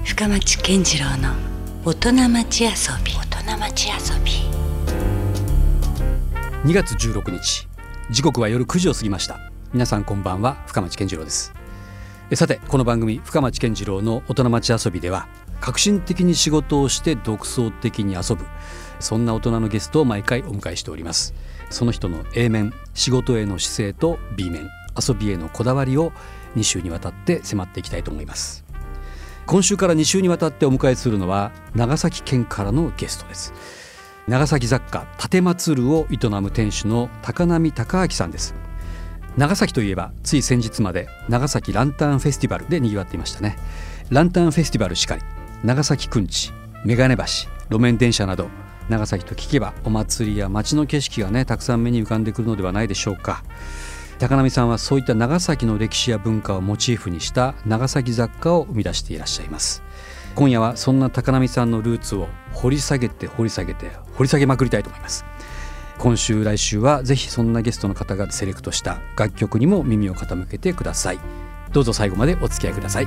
深町健次郎の大人町遊び。 2月16日、時刻は夜9時を過ぎました。皆さんこんばんは、深町健次郎です。さて、この番組深町健次郎の大人町遊びでは、革新的に仕事をして独創的に遊ぶ、そんな大人のゲストを毎回お迎えしております。その人の A 面、仕事への姿勢と B 面、遊びへのこだわりを2週にわたって迫っていきたいと思います。今週から2週にわたってお迎えするのは長崎県からのゲストです。長崎雑貨立松るを営む店主の高波孝明さんです。長崎といえばつい先日まで長崎ランタンフェスティバルでにぎわっていましたね。ランタンフェスティバルしかり、長崎くんち、眼鏡橋、路面電車など、長崎と聞けばお祭りや街の景色がね、たくさん目に浮かんでくるのではないでしょうか。高波さんはそういった長崎の歴史や文化をモチーフにした長崎雑貨を生み出していらっしゃいます。今夜はそんな高波さんのルーツを掘り下げまくりたいと思います。今週来週はぜひそんなゲストの方がセレクトした楽曲にも耳を傾けてください。どうぞ最後までお付き合いください。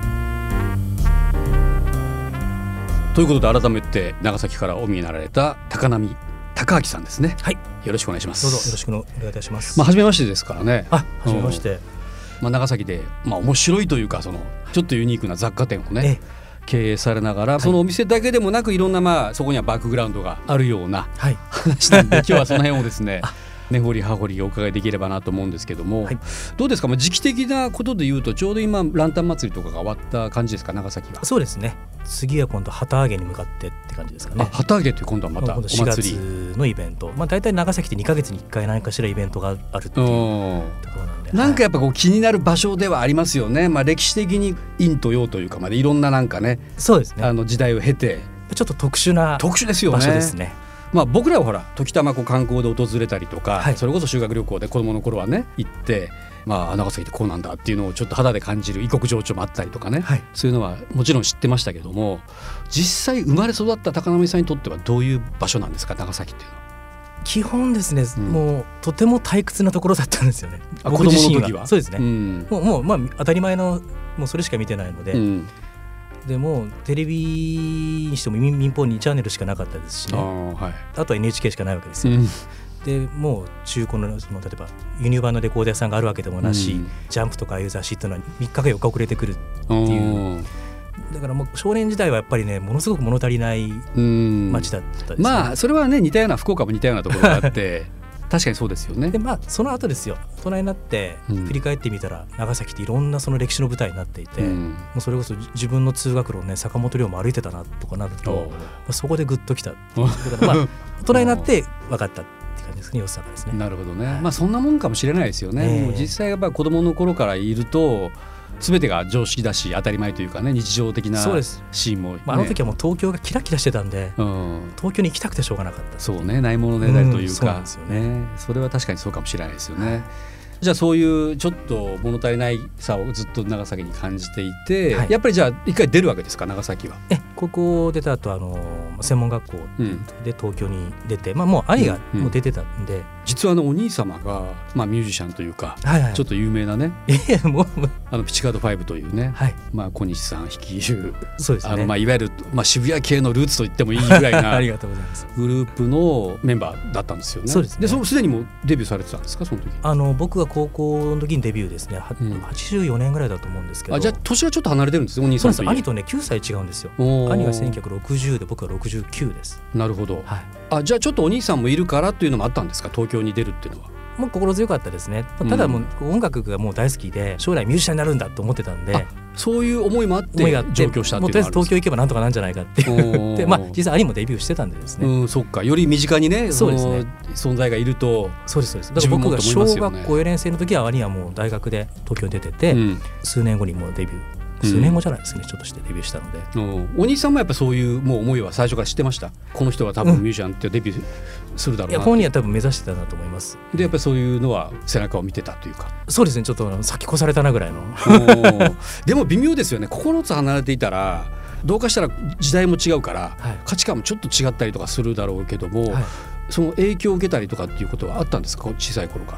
ということで、改めて長崎からお見えになられた高波孝明さんですね。 はい、 よろしくお願いします。 どうぞよろしくお願いいたします。 初めましてですからね。 初めまして。 長崎で、面白いというか、ちょっとユニークな雑貨店をね、経営されながら、そのお店だけでもなくいろんな、そこにはバックグラウンドがあるような話なんで、今日はその辺をですね根掘り葉掘りお伺いできればなと思うんですけども、どうですか、時期的なことでいうとちょうど今ランタン祭りとかが終わった感じですか、長崎は。 そうですね、次は今度旗揚げに向かってって感じですかね。 旗揚げって今度はまたお祭り、 4月のイベント、大体長崎って2ヶ月に1回何かしらイベントがあるっていうところなんで、 なんかやっぱ気になる場所ではありますよね。歴史的に陰と陽というか、いろんなそうですね、 時代を経てちょっと特殊ですよね。場所ですね。 僕らは時たま観光で訪れたりとか、それこそ修学旅行で子供の頃はね行って、長崎ってこうなんだっていうのをちょっと肌で感じる異国情緒もあったりとかね、そういうのはもちろん知ってましたけども、実際生まれ育った高波さんにとってはどういう場所なんですか、長崎っていうのは。 基本ですね、もうとても退屈なところだったんですよね。 子供の時は。 そうですね、もう当たり前のもうそれしか見てないので、でもテレビにしても民放2チャンネルしかなかったですしね、あとは NHK しかないわけですよ。でもう中古の例えば輸入版のレコード屋さんがあるわけでもなし、ジャンプとかああいう雑誌っていうのは3日か4日遅れてくるっていう。だからもう少年時代はやっぱりね、ものすごく物足りない街だったですね。 それはね、似たような、福岡も似たようなところがあって確かにそうですよね。 でその後ですよ、大人になって振り返ってみたら、長崎っていろんなその歴史の舞台になっていて、もうそれこそ自分の通学路をね、坂本龍も歩いてたなとかなると、そこでグッときたっていう。だから大人になって分かったって感じですね、良さがですね。 なるほどね。そんなもんかもしれないですよね。もう実際やっぱり子供の頃からいると全てが常識だし当たり前というかね、日常的なシーンも、 あの時はもう東京がキラキラしてたんで、東京に行きたくてしょうがなかった。 そうね、ないものねだりというか、 そうなんですよね。 それは確かにそうかもしれないですよね。じゃあそういうちょっと物足りないさをずっと長崎に感じていて、やっぱりじゃあ一回出るわけですか、長崎は。 ここ出た後専門学校で東京に出て、もう兄がもう出てたんで、 実はお兄様が、ミュージシャンというか、ちょっと有名なね、ピチカード5というね、小西さん率いる、 そうですね、 いわゆる、渋谷系のルーツと言ってもいいぐらいなありがとうございます。 グループのメンバーだったんですよね。 そうですね。 ですでにもうデビューされてたんですか、その時。 僕が高校の時にデビューですね。84年ぐらいだと思うんですけど。 じゃあ年はちょっと離れてるんですね、お兄さんと。 兄とね9歳違うんですよ。兄が1960で僕は69です。 なるほど。じゃあちょっとお兄さんもいるからというのもあったんですか、東京に出るっていうのは。 もう心強かったですね。ただもう音楽がもう大好きで、将来ミュージシャンになるんだと思ってたんで、 そういう思いもあって上京したっていうのはあるんですか。 もうとりあえず東京行けばなんとかなんじゃないかってで、実際兄もデビューしてたんでですね。 そっか、より身近にね、その存在がいると。 そうです。だから僕が小学校4年生の時は兄はもう大学で東京に出てて、数年後にもうデビュー、数年後じゃないですね、ちょっとしてデビューしたので。 お兄さんもやっぱそういうもう思いは最初から知ってました。この人は多分ミュージシャンってデビューするだろうな。 本人は多分目指してたなと思います。 でやっぱりそういうのは背中を見てたというか。 そうですね、ちょっと先越されたなぐらいのでも微妙ですよね。9つ離れていたらどうかしたら時代も違うから、価値観もちょっと違ったりとかするだろうけども、その影響を受けたりとかっていうことはあったんですか、小さい頃から。 やっぱ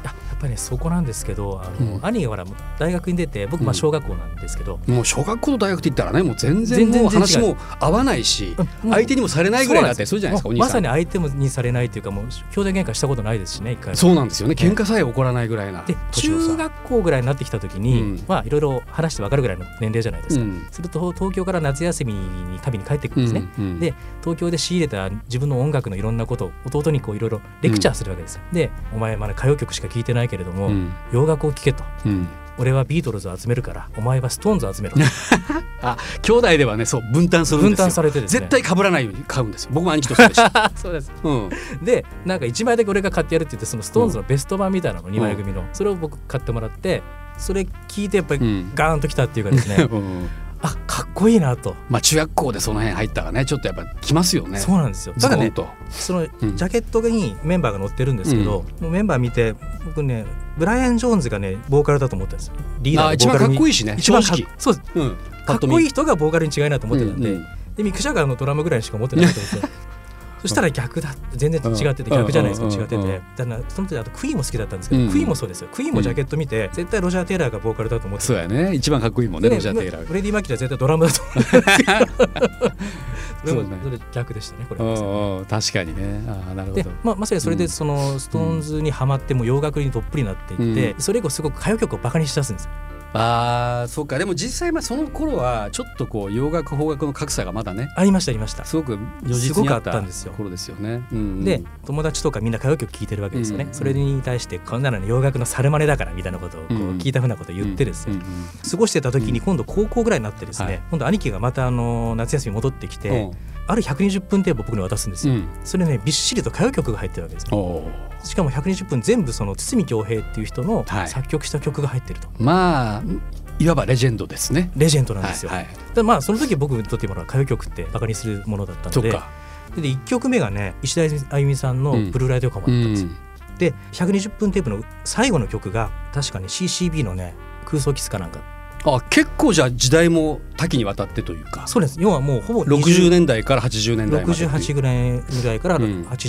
ぱりねそこなんですけど、兄がほら大学に出て、僕小学校なんですけど、 もう小学校の大学って言ったらね、もう全然もう話も合わないし、相手にもされないぐらいだってそうじゃないですか。お兄さんまさに相手にされないというか、もう兄弟喧嘩したことないですしね、一回。 そうなんですよね。喧嘩さえ起こらないぐらいな。 で中学校ぐらいになってきた時に、いろいろ話して分かるぐらいの年齢じゃないですか。すると東京から夏休みに旅に帰ってくるんですね。で東京で仕入れた自分の音楽のいろんなことを弟にいろいろレクチャーするわけですよ。でお前まだ歌謡曲しか聴いてないけれども、洋楽を聴けと、俺はビートルズを集めるからお前はストーンズを集めろ兄弟ではね、そう分担するんですよ。 分担されてですね、 絶対被らないように買うんですよ。僕も兄貴とそうでしたそうです、でなんか1枚だけ俺が買ってやるって言って、そのストーンズのベスト版みたいなの2枚組の、それを僕買ってもらって、それ聞いてやっぱりガーンときたっていうかですね、かっこいいなと。 中学校でその辺入ったらね、ちょっとやっぱきますよね。 そうなんですよ。だからね、そのジャケットにメンバーが載ってるんですけど、もうメンバー見て僕ね、ブライアン・ジョーンズがねボーカルだと思ったんですよ。リーダーのボーカルに一番かっこいいしね、正直。 そうです、かっこいい人がボーカルに違いないと思ってたんで、でミック・ジャガーのドラムぐらいしか思ってなかったんですよそしたら逆だ、全然違ってて、逆じゃないですか、違ってて。だからその時あとクイーンも好きだったんですけど、クイーンもそうですよ。クイーンもジャケット見て、絶対ロジャー・テイラーがボーカルだと思ってた。 そうやね、一番かっこいいもんね、ロジャー・テイラー。 フレディ・マーキュリーは絶対ドラムだと思ってそれ逆でしたね、これは。 確かにね。なるほど。 でまさにそれでそのストーンズにはまって、もう洋楽にどっぷりになっていって、それ以降すごく歌謡曲をバカにしだすんですよ。 そうか。でも実際その頃はちょっとこう洋楽邦楽の格差がまだねありました。 すごく如実にあった頃ですよね。 で友達とかみんな歌謡曲聴いてるわけですよね。それに対してこんなの洋楽の猿真似だからみたいなことをこう聞いたふうなことを言ってですね、過ごしてた時に今度高校ぐらいになってですね、今度兄貴がまた夏休み戻ってきて、ある120分テープを僕に渡すんですよ。それね、びっしりと歌謡曲が入ってるわけですよ。しかも120分全部その堤恭平っていう人の作曲した曲が入ってると。 いわばレジェンドですね。 レジェンドなんですよ。その時僕にとっても歌謡曲ってバカにするものだったので、で1曲目がね、石田あゆみさんのブルーライト横浜だったんですよ。で120分テープの最後の曲が確かに CCB のね、空想キスかなんか。 結構じゃあ時代も多岐にわたってというか。 そうです。要はもうほぼ 60年代から80年代まで、 68ぐらいから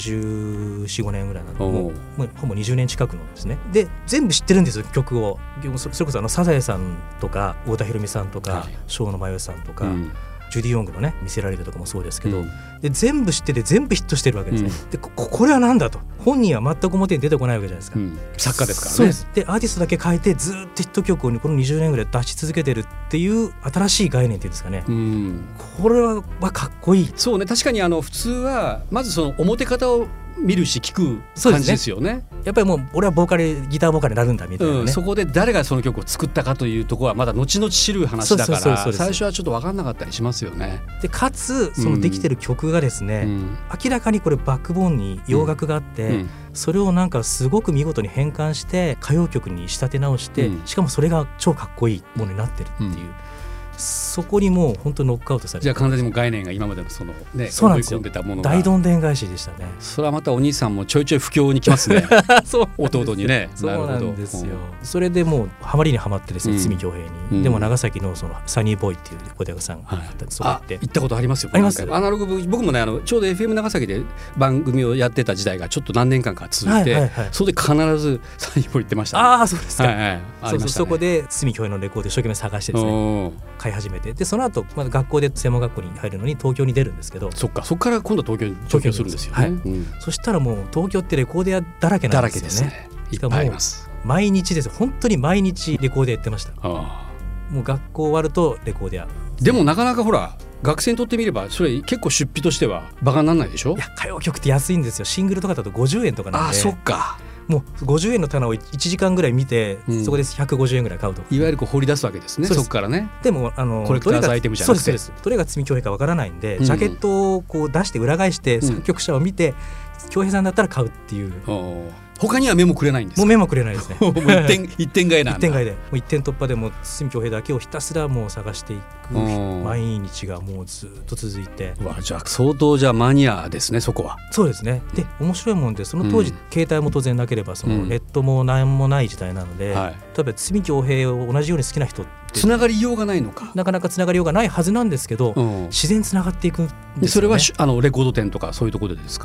84、5年ぐらいなので、もうほぼ20年近くのですね。で全部知ってるんですよ、曲を。それこそサザエさんとか太田裕美さんとか生野真世さんとか、ジュディ・ヨングのね見せられるとかもそうですけど、で全部知ってて全部ヒットしてるわけですね。でこれはなんだと、本人は全く表に出てこないわけじゃないですか。 作家ですからね。 そうです。でアーティストだけ変えてずっとヒット曲をこの20年ぐらい出し続けてるっていう新しい概念っていうんですかね。これはかっこいい。 そうね、確かに普通はまずその表方を見るし聞く感じですよね。 やっぱりもう俺はギターボーカルになるんだみたいなね、 そこで誰がその曲を作ったかというところはまだ後々知る話だから、最初はちょっと分かんなかったりしますよね。 でかつそのできてる曲がですね、明らかにこれバックボーンに洋楽があって、それをなんかすごく見事に変換して歌謡曲に仕立て直して、しかもそれが超かっこいいものになってるっていう、そこにもう本当にノックアウトされて、 じゃあ完全にもう概念が今までのそのね、 そうなんですよ、 思い込んでたものが大どんでん返しでしたね。 それはまたお兄さんもちょいちょい不況に来ますね弟にね。 そうなんですよ。それでもうハマりにはまってですね、堤恭平に。でも長崎のそのサニーボーイっていうレコード屋さんがあったんで、そうやって行ったことありますよ。 あります。 アナログ僕もね、ちょうど FM 長崎で番組をやってた時代がちょっと何年間か続いて、それで必ずサニーボーイ行ってました。 そうですか。そこで堤恭平のレコードを一生懸命探してですね、買い始めて、でその後まだ学校で専門学校に入るのに東京に出るんですけど、 そこから今度は東京に上京するんですよね。 そしたらもう東京ってレコード屋だらけなんですよね。 いっぱいあります。 毎日です。本当に毎日レコード屋やってました。もう学校終わるとレコード屋。 でもなかなかほら学生にとってみればそれ結構出費としてはバカにならないでしょ。 いや歌謡曲って安いんですよ。シングルとかだと50円とかなんで。 そっか。 もう50円の棚を1時間ぐらい見て、そこで150円ぐらい買うと、 いわゆる掘り出すわけですね。そこからね。 でもコレクターズアイテムじゃなくて、 どれが堤恭平かわからないんで、ジャケットをこう出して裏返して作曲者を見て、恭平さんだったら買うっていう。 他には目もくれないんですか。 もう目もくれないですね。 もう一点買いなんだ。 一点買いで、もう一点突破でも堤恭平だけをひたすらもう探していく毎日がもうずっと続いて。 じゃあ相当じゃあマニアですね、そこは。 そうですね。で面白いもんで、その当時携帯も当然なければ、そのネットも何もない時代なので、例えば堤恭平を同じように好きな人ってつながりようがないのか。 なかなかつながりようがないはずなんですけど、自然つながっていくんですよね。 それはレコード店とかそういうところでですか。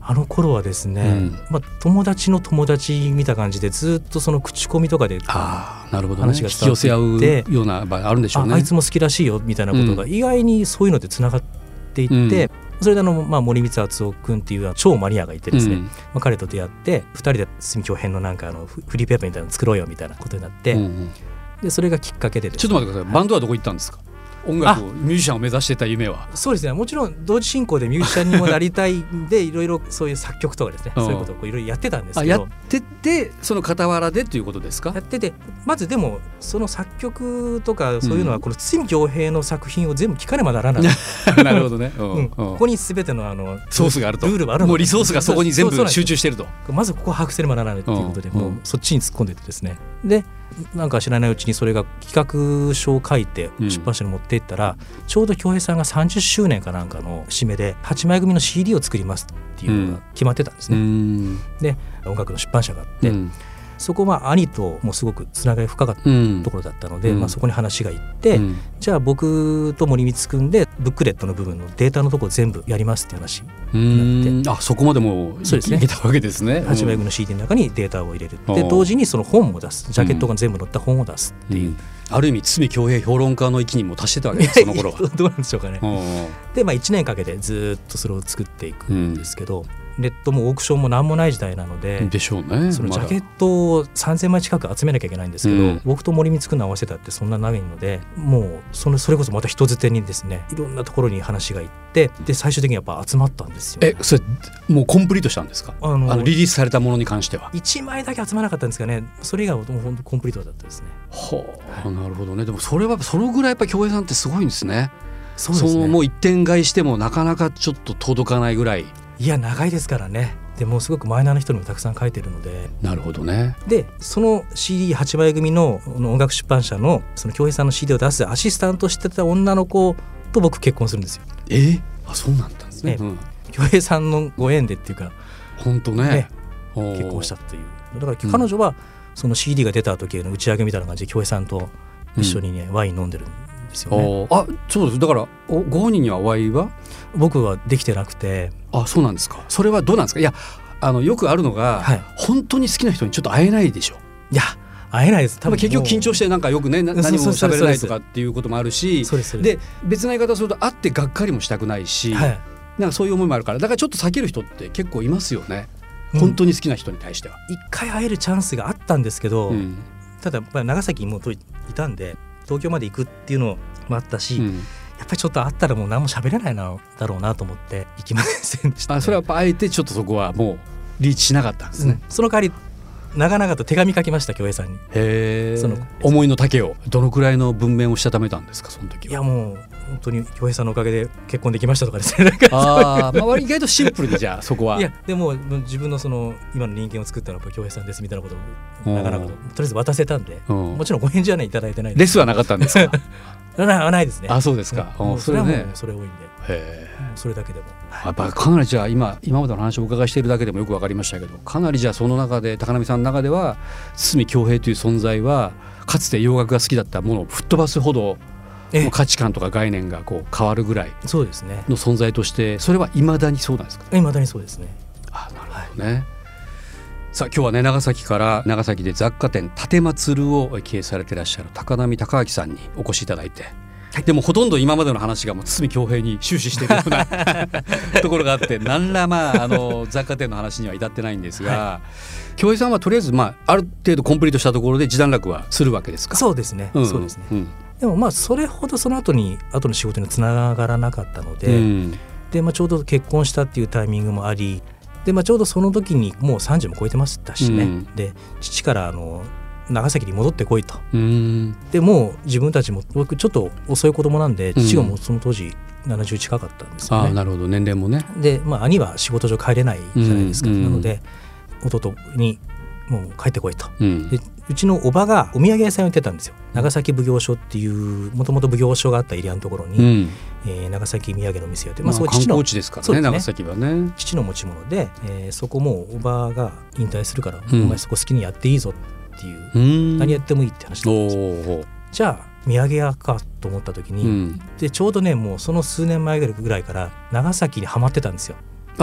あの頃はですね、友達の友達見た感じでずっとその口コミとかでなるほど、ね、 話が引き寄せ合うような場合あるんでしょうね。 あいつも好きらしいよみたいなことが意外にそういうのでつながっていって、それで森光敦夫君っていう超マニアがいてですね、彼と出会って2人で住京編のなんかフリーペーパーみたいなの作ろうよみたいなことになって、でそれがきっかけでですね。 ちょっと待ってください、バンドはどこ行ったんですか？音楽ミュージシャンを目指してた夢は。 そうですね、もちろん同時進行でミュージシャンにもなりたいんでいろいろそういう作曲とかですね、そういうことをいろいろやってたんですけど、 やっててその傍らでということですか？ やってて、まずでもその作曲とかそういうのはこの堤恭平の作品を全部聞かねばならないなるほどね、 ここに全てのソースがあると、 ルールがあるの、 もうリソースがそこに全部集中してると、 まずここを把握せねばならないということで、もうそっちに突っ込んでてですね、でなんか知らないうちにそれが企画書を書いて出版社に持っていったら、ちょうど恭平さんが30周年かなんかの節目で8枚組の CD を作りますっていうのが決まってたんですね。で音楽の出版社があって、そこは兄ともすごくつながり深かったところだったので、そこに話がいって、じゃあ僕と森光君でブックレットの部分のデータのところ全部やりますって話になって、 そこまでもういけたわけですね。 8枚組の CD の中にデータを入れる、で同時にその本も出す、ジャケットが全部載った本を出すっていう、 ある意味堤恭平評論家の域にも達してたわけですその頃は。 どうなんでしょうかね。で、1年かけてずっとそれを作っていくんですけど、ネットもオークションも何もない時代なので、 でしょうね、 そのジャケットを3000枚近く集めなきゃいけないんですけど、僕と森光君の合わせたってそんな長いので、もうそれこそまた人づてにですね、いろんなところに話がいって、で最終的にやっぱ集まったんですよ。 それもうコンプリートしたんですか？リリースされたものに関しては 1枚だけ集まらなかったんですかね。それ以外は本当コンプリートだったですね。 なるほどね。でもそれはそのぐらいやっぱ恭平さんってすごいんですね。 そうですね。 もう一点買いしてもなかなかちょっと届かないぐらい。 いや長いですからね。でもすごくマイナーな人にもたくさん書いてるので。 なるほどね。 でその CD8 枚組の音楽出版社のその恭平さんの CD を出すアシスタントしてた女の子と僕結婚するんですよ。 そうなんですね。 恭平さんのご縁でっていうか本当ね、 結婚したという。だから彼女はその CD が出た時の打ち上げみたいな感じで恭平さんと一緒にね、ワイン飲んでるんですよね。 そうです。だからご本人にはお会いは僕はできてなくて。 そうなんですか。それはどうなんですか？いやよくあるのが、本当に好きな人にちょっと会えないでしょ。 いや会えないです。多分結局緊張してなんかよくね何も喋れないとかっていうこともあるし、で別な言い方すると会ってがっかりもしたくないし、なんかそういう思いもあるから、だからちょっと避ける人って結構いますよね。本当に好きな人に対しては。 一回会えるチャンスがあったんですけど、ただ長崎にもいたんで東京まで行くっていうのもあったし、やっぱりちょっと会ったらもう何も喋れないだろうなと思って行きませんでした、ね。それはやっぱあえてちょっとそこはもうリーチしなかったんですね。 その代わり長々と手紙書きました、恭平さんに。 その思いの丈をどのくらいの文面をしたためたんですか、その時は。 いやもう本当に恭平さんのおかげで結婚できましたとかですね。 意外とシンプルでじゃあそこは。 いやでも自分のその今の人間を作ったのは恭平さんですみたいなことを長々ととりあえず渡せたんで、もちろんご返事はねいただいてないです。 レスはなかったんですか？ ないですね。 そうですか。 それはもうそれ多いんで、それだけでもやっぱかなりじゃあ今までの話をお伺いしているだけでもよく分かりましたけど、かなりじゃあその中で高波さんの中では堤恭平という存在はかつて洋楽が好きだったものを吹っ飛ばすほど価値観とか概念がこう変わるぐらいの存在として、それはいまだにそうなんですか？ いまだにそうですね。 なるほどね。さあ今日はね、長崎で雑貨店立祭を経営されていらっしゃる高波孝明さんにお越しいただいて、でもほとんど今までの話がもう堤恭平に終始しているようなところがあって、何ら雑貨店の話には至ってないんですが、恭平さんはとりあえずある程度コンプリートしたところで示談落はするわけですか？ そうですね、そうですね。でもそれほどその後の仕事につながらなかったので、でちょうど結婚したっていうタイミングもあり、でちょうどその時にもう30も超えてましたしね、で父から長崎に戻ってこいと。でもう自分たちも僕ちょっと遅い子供なんで、父がもうその当時70近かったんですよね。 なるほど、年齢もね。 で兄は仕事上帰れないじゃないですか、なので弟にもう帰ってこいと、でうちのおばがお土産屋さんをやってたんですよ。長崎奉行所っていうもともと奉行所があったエリアのところに、長崎土産の店をやって、 そう観光地ですからね、長崎はね。 父の持ち物で、そこもうおばが引退するから、お前そこ好きにやっていいぞっていう、何やってもいいって話なんですよ。じゃあ土産屋かと思った時に、でちょうどねもうその数年前ぐらいから長崎にはまってたんですよ。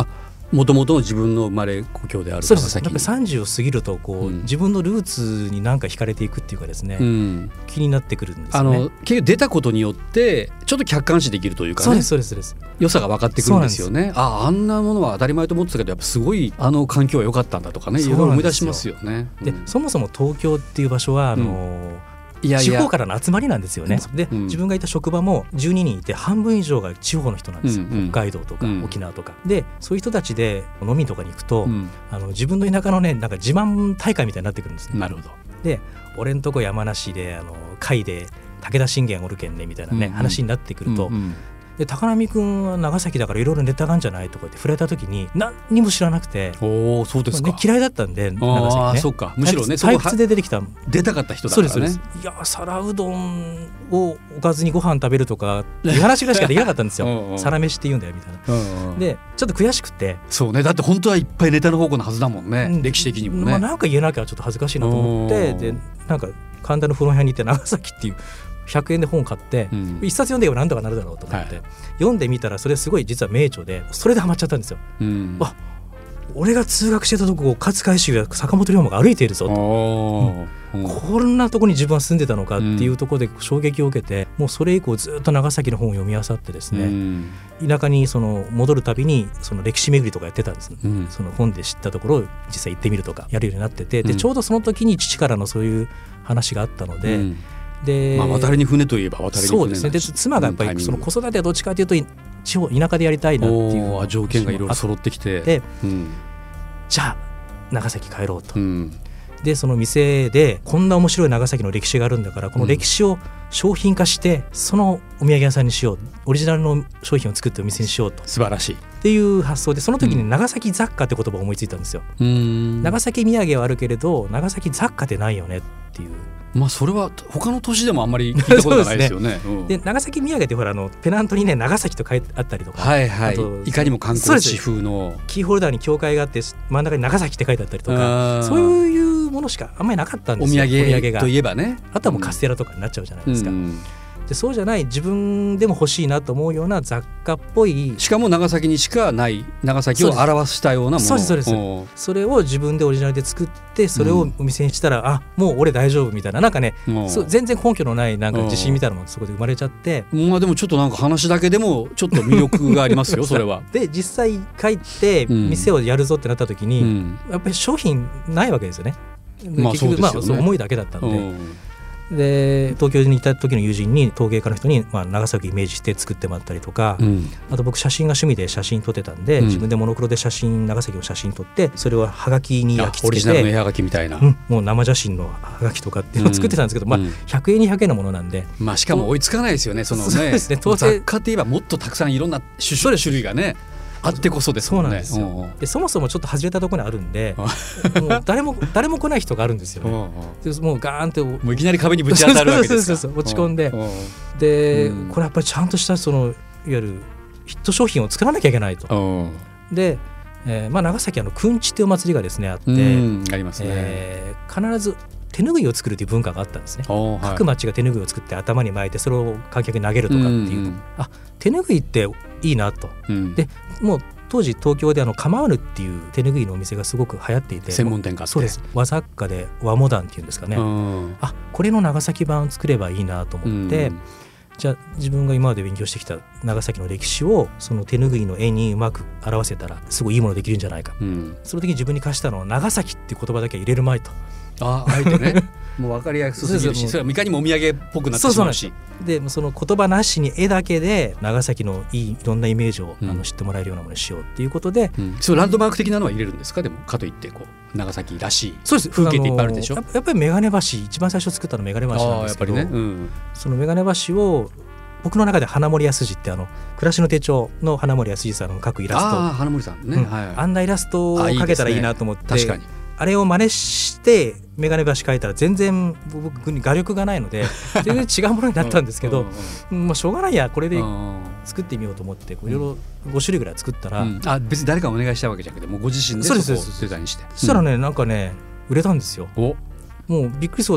もともとの自分の生まれ故郷である長崎に。 そうです。やっぱり30を過ぎると自分のルーツに何か惹かれていくっていうかですね、気になってくるんですよね。 結局出たことによってちょっと客観視できるというかね、 そうです良さが分かってくるんですよね。あんなものは当たり前と思ってたけどやっぱすごい環境は良かったんだとかね、いろいろ思い出しますよね。 でそもそも東京っていう場所は地方からの集まりなんですよね。で、自分がいた職場も12人いて半分以上が地方の人なんですよ。北海道とか沖縄とかで、そういう人たちで飲みとかに行くと、自分の田舎のねなんか自慢大会みたいになってくるんですね。 なるほど。 で俺んとこ山梨で甲斐で武田信玄おるけんねみたいなね、話になってくると、で高波くんは長崎だからいろいろネタがあるんじゃないとか言って触れた時に何にも知らなくて、 そうですか、 嫌いだったんで長崎ね。 そうか、むしろね退屈で出てきた出たかった人だからね。 そうです。いや皿うどんをおかずにご飯食べるとかいう話ぐらいしかできなかったんですよ。皿飯って言うんだよみたいな。でちょっと悔しくて。 そうね、だって本当はいっぱいネタの宝庫のはずだもんね、歴史的にもね。 なんか言えなきゃちょっと恥ずかしいなと思って、でなんか神田の古本屋に行って長崎っていう100円で本買って、一冊読んでよ何とかなるだろうと思って、読んでみたらそれすごい実は名著で、それでハマっちゃったんですよ。俺が通学してたとこを勝海舟や坂本龍馬が歩いているぞと、こんなとこに自分は住んでたのかっていうところで衝撃を受けて、もうそれ以降ずっと長崎の本を読み漁ってですね、田舎に戻るたびに歴史巡りとかやってたんです、その本で知ったところを実際行ってみるとかやるようになってて、でちょうどその時に父からのそういう話があったので、で渡りに船といえば渡りに船なんです。 そうですね。で妻がやっぱり子育てはどっちかというと地方田舎でやりたいなっていう条件がいろいろ揃ってきて、 で、じゃあ長崎帰ろうと、でその店でこんな面白い長崎の歴史があるんだから、この歴史を商品化してそのお土産屋さんにしよう、オリジナルの商品を作ってお店にしようと。 素晴らしいっていう発想で、その時に長崎雑貨って言葉を思いついたんですよ。長崎土産はあるけれど長崎雑貨ってないよねっていう。 それは他の都市でもあんまり聞いたことがないですよね。 で長崎土産ってほらペナントにね長崎と書いてあったりとか、 いかにも観光地風のキーホルダーに教会があって真ん中に長崎って書いてあったりとか、そういうものしかあんまりなかったんですよ。お土産がといえばね。あとはもうカステラとかになっちゃうじゃないですか。でそうじゃない自分でも欲しいなと思うような雑貨っぽい、 しかも長崎にしかない長崎を表したようなもの。 そうです。それを自分でオリジナルで作って、それをお店にしたら、もう俺大丈夫みたいな、なんかね、全然根拠のないなんか自信みたいなのもそこで生まれちゃって、 でもちょっとなんか話だけでもちょっと魅力がありますよそれは。 で実際帰って店をやるぞってなった時に、やっぱり商品ないわけですよね。結局そう思いだけだったんで。で東京にいた時の友人に陶芸家の人に、長崎をイメージして作ってもらったりとか、あと僕写真が趣味で写真撮ってたんで、自分でモノクロで長崎を写真撮って、それをはがきに焼き付けて、 オリジナルの絵はがきみたいな、 もう生写真のはがきとかっていうのを作ってたんですけど、100円200円のものなんで、 しかも追いつかないですよね。そうですね。雑貨っていえばもっとたくさんいろんな種類がねあってこそですもんね。 そうなんですよ。でそもそもちょっと外れたところにあるんでもう誰も来ない人があるんですよね。でもうガーンってもういきなり壁にぶち当たるわけですか。 そう落ち込んで、でこれやっぱりちゃんとしたいわゆるヒット商品を作らなきゃいけないと。で、長崎くんちっていうお祭りがですねあって、 ありますね。 必ず手ぬぐいを作るという文化があったんですね。各町が手ぬぐいを作って頭に巻いてそれを観客に投げるとかっていう、手ぬぐいっていいなと。でもう当時東京で構わぬっていう手ぬぐいのお店がすごく流行っていて、 専門店があって、 そうです。和雑貨で和モダンっていうんですかね。これの長崎版を作ればいいなと思って、じゃあ自分が今まで勉強してきた長崎の歴史をその手ぬぐいの絵にうまく表せたらすごいいいものできるんじゃないか、その時に自分に課したのは長崎っていう言葉だけは入れるまいと。 あえてねもう分かりやすすぎるし、それはいかにもお土産っぽくなってしまうし、 でその言葉なしに絵だけで長崎のいろんなイメージを知ってもらえるようなものにしようっていうことで、 そうランドマーク的なのは入れるんですか。でもかといって長崎らしい風景っていっぱいあるでしょ。 やっぱり眼鏡橋、一番最初作ったの眼鏡橋なんですけど、その眼鏡橋を僕の中で花森康二って暮らしの手帳の花森康二さんの描くイラスト、 花森さんね、 あんなイラストを描けたらいいなと思って、 確かにあれを真似して眼鏡橋描いたら全然僕に画力がないので全然違うものになったんですけどしょうがないやこれで作ってみようと思っていろいろ5種類ぐらい作ったら、 別に誰かお願いしたわけじゃなくてもうご自身でそこをデザインして、 そしたらねなんかね売れたんですよ。もうびっくりするほど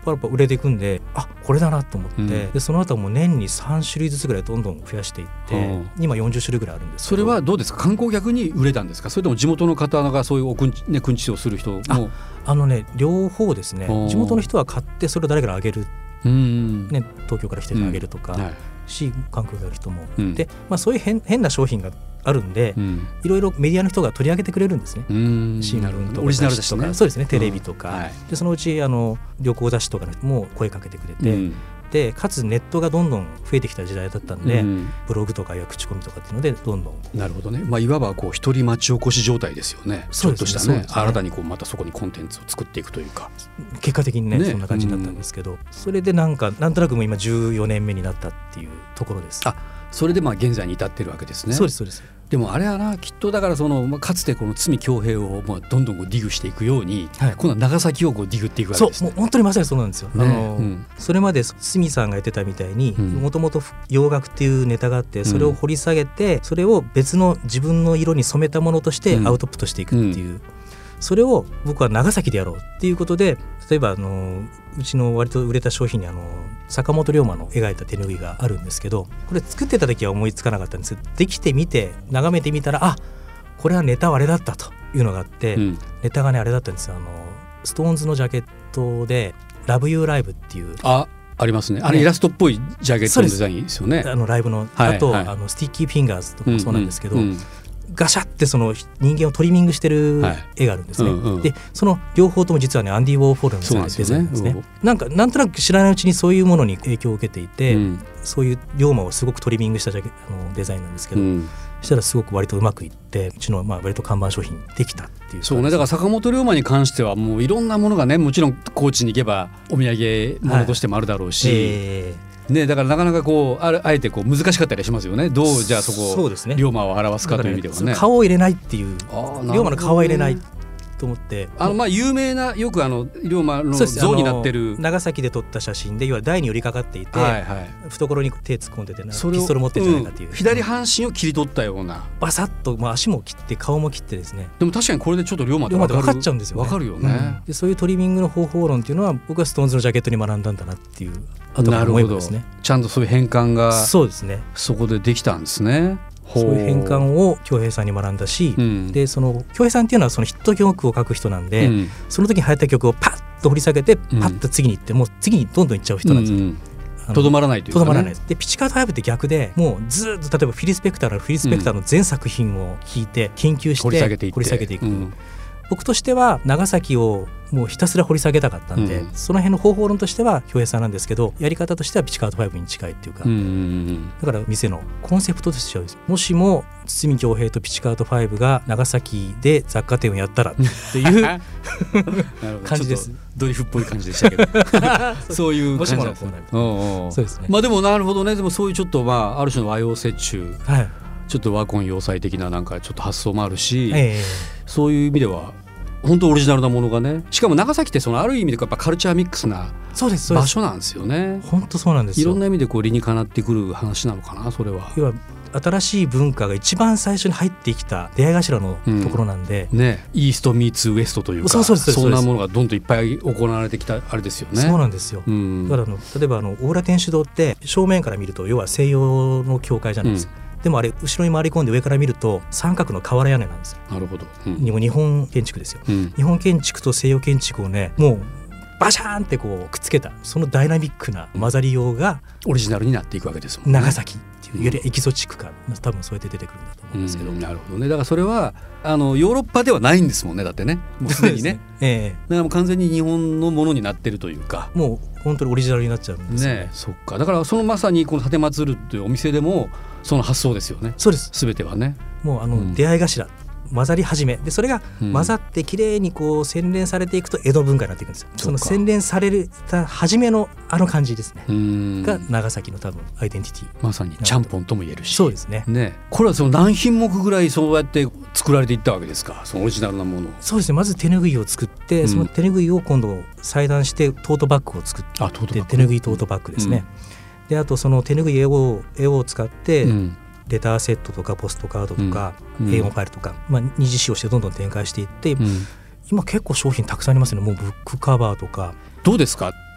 パラパラ売れていくんで、これだなと思って、でその後はもう年に3種類ずつぐらいどんどん増やしていって、今40種類ぐらいあるんですけど。 それはどうですか、観光客に売れたんですか、それとも地元の方がそういうくんちをする人も。 両方ですね。地元の人は買ってそれを誰かにあげる、東京から来てあげるとか、観光客の人も、で、そういう変な商品があるんで、いろいろメディアの人が取り上げてくれるんですね。新聞とかオリジナル雑誌とか、 そうですね、テレビとか、でそのうち旅行雑誌とかの人も声かけてくれて、でかつネットがどんどん増えてきた時代だったんで、ブログとか口コミとかっていうのでどんどん。 なるほどね。いわば一人町おこし状態ですよね。ちょっとしたね、新たにまたそこにコンテンツを作っていくというか、 結果的にねそんな感じだったんですけど、それでなんとなくもう今14年目になったっていうところです。 それで現在に至ってるわけですね。 そうですそうです。 でもあれはな、きっとだからかつてこの罪恭平をどんどんディグしていくように、今度は長崎をディグっていくわけですね。 もう本当にまさにそうなんですよ。それまで角さんが言ってたみたいに、もともと洋楽っていうネタがあって、それを掘り下げて、それを別の自分の色に染めたものとしてアウトプットしていくっていう、それを僕は長崎でやろうっていうことで、例えばうちの割と売れた商品に坂本龍馬の描いた手ぬぐいがあるんですけど、これ作ってた時は思いつかなかったんですけど、できてみて眺めてみたら、これはネタはあれだったというのがあって、ネタがねあれだったんですよ。ストーンズのジャケットでラブユーライブっていう、 ありますね。イラストっぽいジャケットのデザインですよね。 ライブの、あとスティッキーフィンガーズとかもそうなんですけど、ガシャってその人間をトリミングしてる絵があるんですね。でその両方とも実はねアンディ・ウォーホルのデザインですね。なんとなく知らないうちにそういうものに影響を受けていて、そういう龍馬をすごくトリミングしたデザインなんですけど、そしたらすごく割とうまくいって、うちの割と看板商品できたっていう。 そうね、だから坂本龍馬に関してはもういろんなものがね、もちろん高知に行けばお土産物としてもあるだろうし、だからなかなかあえて難しかったりしますよね。どうじゃあそこ龍馬を表すかという意味ではね、 顔を入れないっていう、龍馬の顔は入れないと思って、 有名なよく龍馬の像になってる長崎で撮った写真で、要は台に寄りかかっていて、懐に手突っ込んでてピストル持ってるんじゃないかっていう、 左半身を切り取ったような、 バサッと足も切って顔も切ってですね。 でも確かにこれでちょっと龍馬って分かっちゃうんですよね。分かるよね。 でそういうトリミングの方法論っていうのは、僕はストーンズのジャケットに学んだんだなっていう後から思いますね。 ちゃんとそういう変換がそうですね、 そこでできたんですね。 そういう変換を恭平さんに学んだし、でその恭平さんっていうのはそのヒット曲を書く人なんで、その時に流行った曲をパッと掘り下げて、パッと次に行って、もう次にどんどん行っちゃう人なんですよ。 とどまらないというかね。 とどまらないです。でピチカート5って逆で、もうずっと例えばフィリー・スペクターの全作品を聞いて研究して掘り下げていく。僕としては長崎をもうひたすら掘り下げたかったんで、その辺の方法論としては恭平さんなんですけど、やり方としてはピチカート5に近いっていうか、だから店のコンセプトとしては、もしも堤恭平とピチカート5が長崎で雑貨店をやったらっていう感じです。 ドリフっぽい感じでしたけどそういう感じなんですね。 そうですね。 でもなるほどね。でもそういうちょっとある種の和洋折衷、ちょっと和魂洋才的ななんかちょっと発想もあるし、そういう意味では本当オリジナルなものがね。しかも長崎ってある意味でやっぱカルチャーミックスな場所なんですよね。 本当そうなんですよ。 いろんな意味で理にかなってくる話なのかな、それは。 要は新しい文化が一番最初に入ってきた出会い頭のところなんで、 イーストミーツウエストというか、そんなものがどんどんいっぱい行われてきたあれですよね。 そうなんですよ。だから例えば大浦天主堂って正面から見ると要は西洋の教会じゃないですか。でもあれ後ろに回り込んで上から見ると三角の瓦屋根なんですよ。 なるほど。 日本建築ですよ。日本建築と西洋建築をね、もうバシャーンってくっつけた、そのダイナミックな混ざりようがオリジナルになっていくわけですもんね。 長崎っていうよりエキゾチック感、多分そうやって出てくるんだと思うんですけど。 なるほどね。だからそれはヨーロッパではないんですもんね。だってね、もうすでにね。だからもう完全に日本のものになってるというか、 もう本当にオリジナルになっちゃうんですよね。 そっか。だからまさにこの立松るというお店でもその発想ですよね。 そうです。 全てはね。 もう出会い頭、混ざり始めで、それが混ざってきれいに洗練されていくと江戸文化になっていくんですよ。その洗練された初めの感じですねが長崎の多分アイデンティティ、 まさにちゃんぽんとも言えるし。 そうですね。 これは何品目ぐらいそうやって作られていったわけですか、そのオリジナルなものを。 そうですね。まず手ぬぐいを作って、その手ぬぐいを今度裁断してトートバッグを作って手ぬぐいトートバッグですね。であとその手ぬぐい絵を使ってレターセットとかポストカードとかA4 ファイルとか、二次使用してどんどん展開していって、今結構商品たくさんありますね。もうブックカバーとか。 どうですか、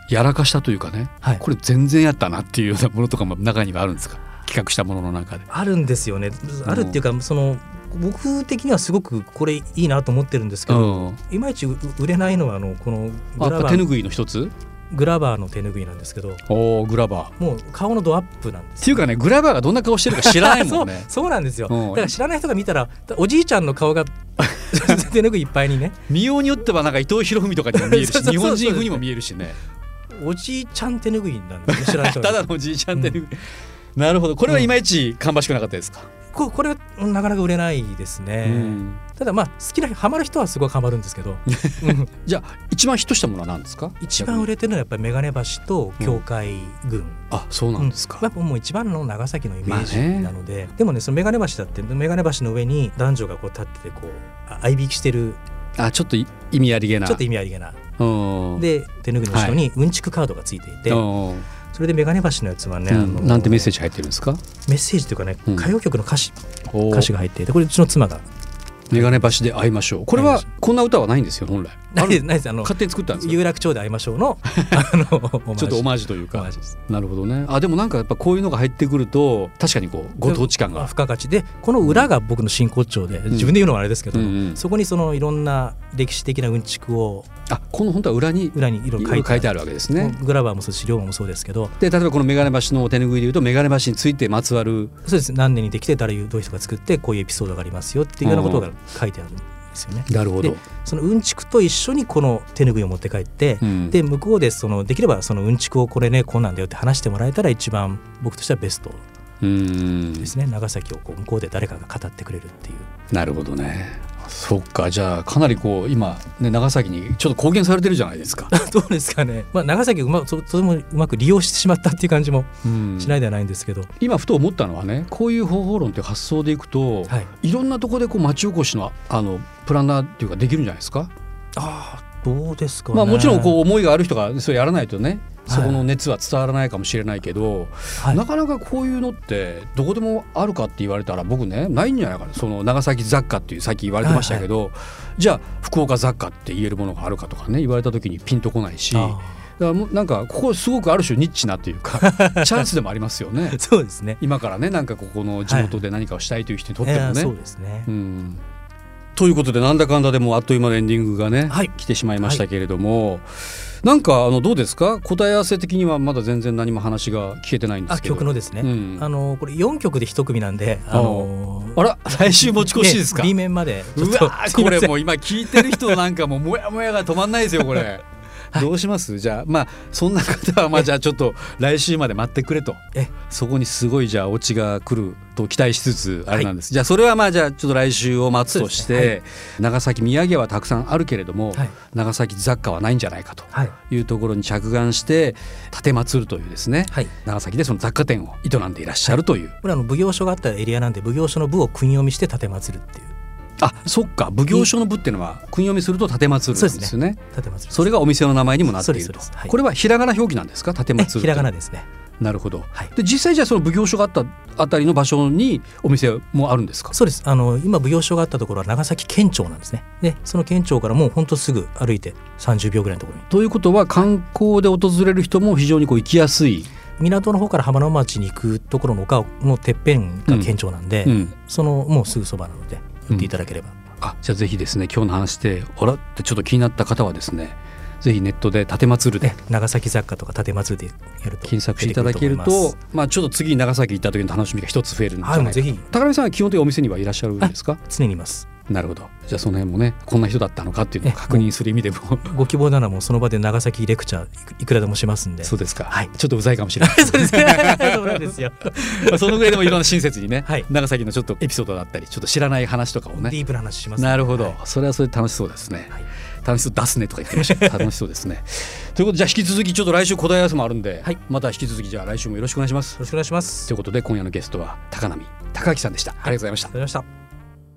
やらかしたというかね、 はい、 これ全然やったなっていうようなものとかも中にはあるんですか？企画したものの中で。 あるんですよね。あるっていうか、僕的にはすごくこれいいなと思ってるんですけど、いまいち売れないのはこのグラバー、 手ぬぐいの一つ、 グラバーの手ぬぐいなんですけど、 グラバーもう顔のドアップなんです。 っていうかね、グラバーがどんな顔してるか知らないもんね。 そうなんですよ。だから知らない人が見たらおじいちゃんの顔が手ぬぐいいっぱいにね、 見ようによってはなんか伊藤博文とかにも見えるし日本人風にも見えるしね。 おじいちゃん手ぬぐいなんですね、知らない人ただのおじいちゃん手ぬぐい、なるほど。これはいまいち芳しくなかったですか？ これはなかなか売れないですね。ただ好きなハマる人はすごいハマるんですけどじゃあ一番ヒットしたものは何ですか？ 一番売れてるのはやっぱり眼鏡橋と教会軍、 あ、そうなんですか。 もう一番の長崎のイメージなので、でもね、その眼鏡橋だって眼鏡橋の上に男女がこう立ってて相引きしてる、 ちょっと意味ありげな、で手ぬぐいの後ろにうんちくカードがついていて、それで眼鏡橋のやつはね、 なんてメッセージ入ってるんですか？ メッセージというかね、歌謡曲の歌詞が入っていて、これうちの妻が眼鏡橋で会いましょう。これはこんな歌はないんですよ本来。 ないです。 勝手に作ったんですか？ 有楽町で会いましょうのちょっとオマージュというか。なるほどね。でもなんかやっぱこういうのが入ってくると確かにご当地感が付加価値で、この裏が僕の真骨頂で、自分で言うのはあれですけど、そこにいろんな歴史的なうんちくを、 この本当は裏に色々書いてあるわけですね。 グラバーもそうですし、龍馬もそうですけど、 で例えばこの眼鏡橋の手ぬぐいでいうと眼鏡橋についてまつわる、 そうです、何年にできてどういう人が作ってこういうエピソードがありますよっていうようなことが書いてあるんですよね。 なるほど。 でそのうんちくと一緒にこの手ぬぐいを持って帰って、で向こうでできればそのうんちくをこれねこうなんだよって話してもらえたら一番僕としてはベストですね。長崎を向こうで誰かが語ってくれるっていう。 なるほどね。そっか。じゃあかなり今、ね、長崎にちょっと貢献されてるじゃないですか。 どうですかね。長崎をとてもうまく利用してしまったっていう感じもしないではないんですけど、 今ふと思ったのはね、こういう方法論っていう発想でいくと、いろんなところで町おこしのプランナーっていうかできるんじゃないですか？ どうですかね。 もちろん思いがある人がそれやらないとね、そこの熱は伝わらないかもしれないけど、なかなかこういうのってどこでもあるかって言われたら僕ね、ないんじゃないかな。その長崎雑貨っていうさっき言われてましたけど、じゃあ福岡雑貨って言えるものがあるかとかね言われた時にピンとこないし、だからなんかここすごくある種ニッチなっていうかチャンスでもありますよね。 そうですね。 今からね、なんかここの地元で何かをしたいという人にとってもね。 そうですね。 ということでなんだかんだでもあっという間のエンディングがね、来てしまいましたけれども、なんかどうですか？答え合わせ的にはまだ全然何も話が聞けてないんですけど。 曲のですね、これ4曲で1組なんで、 来週持ち越しですか？ B 面までうわこれもう今聞いてる人なんかもモヤモヤが止まんないですよこれ。どうします？じゃあそんな方はじゃあちょっと来週まで待ってくれと。そこにすごいじゃあオチが来ると期待しつつあれなんです。じゃあそれはじゃあちょっと来週を待つとして、長崎土産はたくさんあるけれども、長崎雑貨はないんじゃないかというところに着眼して立松るというですね、長崎でその雑貨店を営んでいらっしゃるという、 これ奉行所があったエリアなんで、奉行所の部を訓読みして立松るっていう。 そっか。奉行所の部っていうのは訓読みすると立松るんですよね。それがお店の名前にもなっていると。これはひらがな表記なんですか？立松る。 ひらがなですね。 なるほど。で実際じゃあその奉行所があったあたりの場所にお店もあるんですか？ そうです。今奉行所があったところは長崎県庁なんですね。でその県庁からもうほんとすぐ歩いて30秒ぐらいのところに。 ということは観光で訪れる人も非常に行きやすい。 港の方から浜野町に行くところの丘のてっぺんが県庁なんで、もうすぐそばなので行っていただければ。 じゃあぜひですね、今日の話でってちょっと気になった方はですね、ぜひネットで立松るで長崎雑貨とか立松るでやると検索していただけると、ちょっと次に長崎行った時の楽しみが一つ増えるんじゃないか。 ぜひ。 高見さんは基本的にお店にはいらっしゃるんですか？ 常にいます。 なるほど。じゃあその辺もね、こんな人だったのかっていうのを確認する意味でもご希望ならもうその場で長崎レクチャーいくらでもしますんで。 そうですか。ちょっとうざいかもしれないそうですね。そうなんですよ。 そのぐらいでもいろんな親切にね、長崎のちょっとエピソードだったりちょっと知らない話とかをね、 ディープな話します。 なるほど。それはそれで楽しそうですね。楽しそう出すねとか言ってました楽しそうですね。ということで、じゃあ引き続きちょっと来週答え合わせもあるんで、また引き続きじゃあ来週もよろしくお願いします。 よろしくお願いします。 ということで今夜のゲストは高波貴明さんでした。ありがとうございました。 ありがとうございました。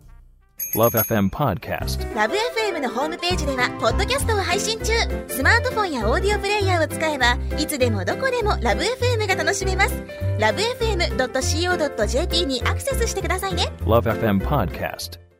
LoveFM Podcast。LoveFM のホームページではポッドキャストを配信中。スマートフォンやオーディオプレイヤーを使えばいつでもどこでも LoveFM が楽しめます。LoveFM.co.jp にアクセスしてくださいね。 LoveFM Podcast。